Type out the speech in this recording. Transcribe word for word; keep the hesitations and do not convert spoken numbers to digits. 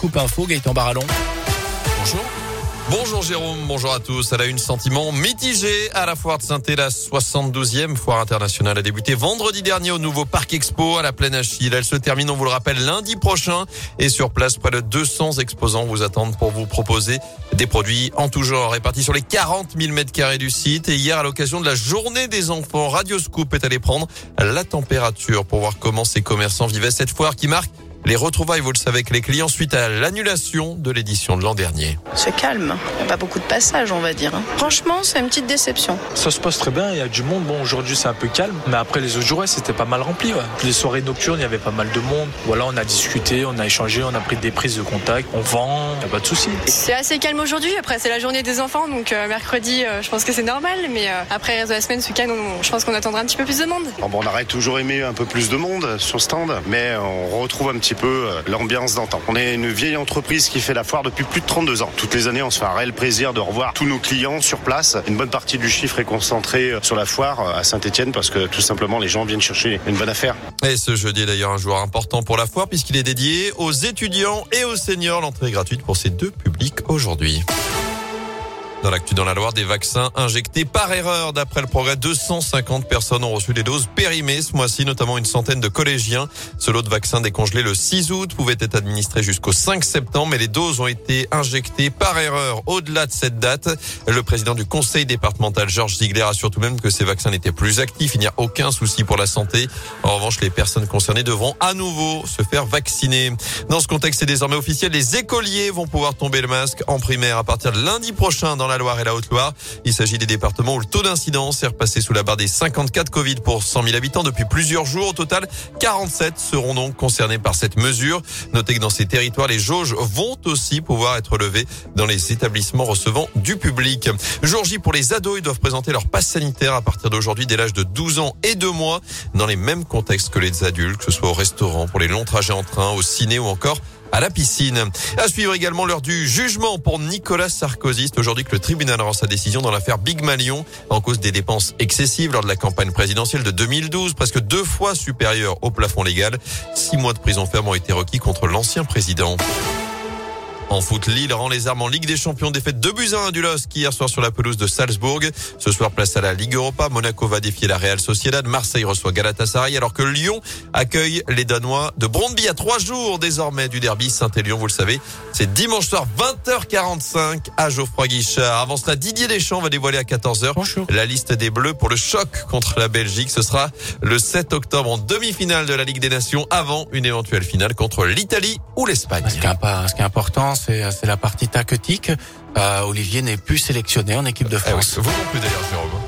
Scoop Info, Gaëtan Barallon. Bonjour. Bonjour Jérôme, bonjour à tous. Elle a une sentiment mitigé à la foire de Saint-Étienne. La soixante-douzième foire internationale a débuté vendredi dernier au nouveau Parc Expo à la Plaine Achille. Elle se termine, on vous le rappelle, lundi prochain. Et sur place, près de deux cents exposants vous attendent pour vous proposer des produits en tout genre répartis sur les quarante mille mètres carrés du site. Et hier, à l'occasion de la journée des enfants, Radio Scoop est allé prendre la température pour voir comment ces commerçants vivaient cette foire qui marque les retrouvailles, vous le savez, avec les clients suite à l'annulation de l'édition de l'an dernier. C'est calme, il n'y a pas beaucoup de passages, on va dire. Franchement, c'est une petite déception. Ça se passe très bien, il y a du monde. Bon, aujourd'hui, c'est un peu calme, mais après les autres jours, ouais, c'était pas mal rempli. Ouais. Les soirées nocturnes, il y avait pas mal de monde. Voilà, on a discuté, on a échangé, on a pris des prises de contact, on vend, il n'y a pas de souci. C'est assez calme aujourd'hui, après c'est la journée des enfants, donc euh, mercredi, euh, je pense que c'est normal, mais euh, après le reste de la semaine, ce week-end, on, je pense qu'on attendra un petit peu plus de monde. Bon, on aurait toujours aimé un peu plus de monde sur le stand, mais on retrouve un petit peu l'ambiance d'antan. On est une vieille entreprise qui fait la foire depuis plus de trente-deux ans. Toutes les années, on se fait un réel plaisir de revoir tous nos clients sur place. Une bonne partie du chiffre est concentrée sur la foire à Saint-Étienne parce que tout simplement, les gens viennent chercher une bonne affaire. Et ce jeudi est d'ailleurs un jour important pour la foire puisqu'il est dédié aux étudiants et aux seniors. L'entrée est gratuite pour ces deux publics aujourd'hui. Dans l'actu dans la Loire, des vaccins injectés par erreur. D'après le Progrès, deux cent cinquante personnes ont reçu des doses périmées ce mois-ci, notamment une centaine de collégiens. Ce lot de vaccins décongelé le six août pouvait être administré jusqu'au cinq septembre, mais les doses ont été injectées par erreur au-delà de cette date. Le président du conseil départemental, Georges Ziegler, assure tout de même que ces vaccins n'étaient plus actifs. Il n'y a aucun souci pour la santé. En revanche, les personnes concernées devront à nouveau se faire vacciner. Dans ce contexte, c'est désormais officiel. Les écoliers vont pouvoir tomber le masque en primaire à partir de lundi prochain dans la Loire et la Haute-Loire. Il s'agit des départements où le taux d'incidence est repassé sous la barre des cinquante-quatre Covid pour cent mille habitants depuis plusieurs jours. Au total, quarante-sept seront donc concernés par cette mesure. Notez que dans ces territoires, les jauges vont aussi pouvoir être levées dans les établissements recevant du public. Jour J pour les ados, ils doivent présenter leur passe sanitaire à partir d'aujourd'hui dès l'âge de douze ans et deux mois dans les mêmes contextes que les adultes, que ce soit au restaurant, pour les longs trajets en train, au ciné ou encore à la piscine. À suivre également l'heure du jugement pour Nicolas Sarkozy. C'est aujourd'hui que le tribunal rend sa décision dans l'affaire Big Malion en cause des dépenses excessives lors de la campagne présidentielle de deux mille douze, presque deux fois supérieures au plafond légal. Six mois de prison ferme ont été requis contre l'ancien président. En foot, Lille rend les armes en Ligue des Champions, défaite deux buts à un du L O S K hier soir sur la pelouse de Salzbourg. Ce soir, place à la Ligue Europa. Monaco va défier la Real Sociedad. Marseille reçoit Galatasaray, alors que Lyon accueille les Danois de Brøndby à trois jours désormais du derby Saint-Élion. Vous le savez, c'est dimanche soir vingt heures quarante-cinq à Geoffroy Guichard. Avant cela, Didier Deschamps va dévoiler à quatorze heures Bonjour. La liste des Bleus pour le choc contre la Belgique. Ce sera le sept octobre en demi-finale de la Ligue des Nations avant une éventuelle finale contre l'Italie ou l'Espagne. Ce qui est, ce qui est important, c'est, c'est la partie tactique. Euh, Olivier n'est plus sélectionné en équipe de France. Eh oui, vous non plus d'ailleurs, Jérôme.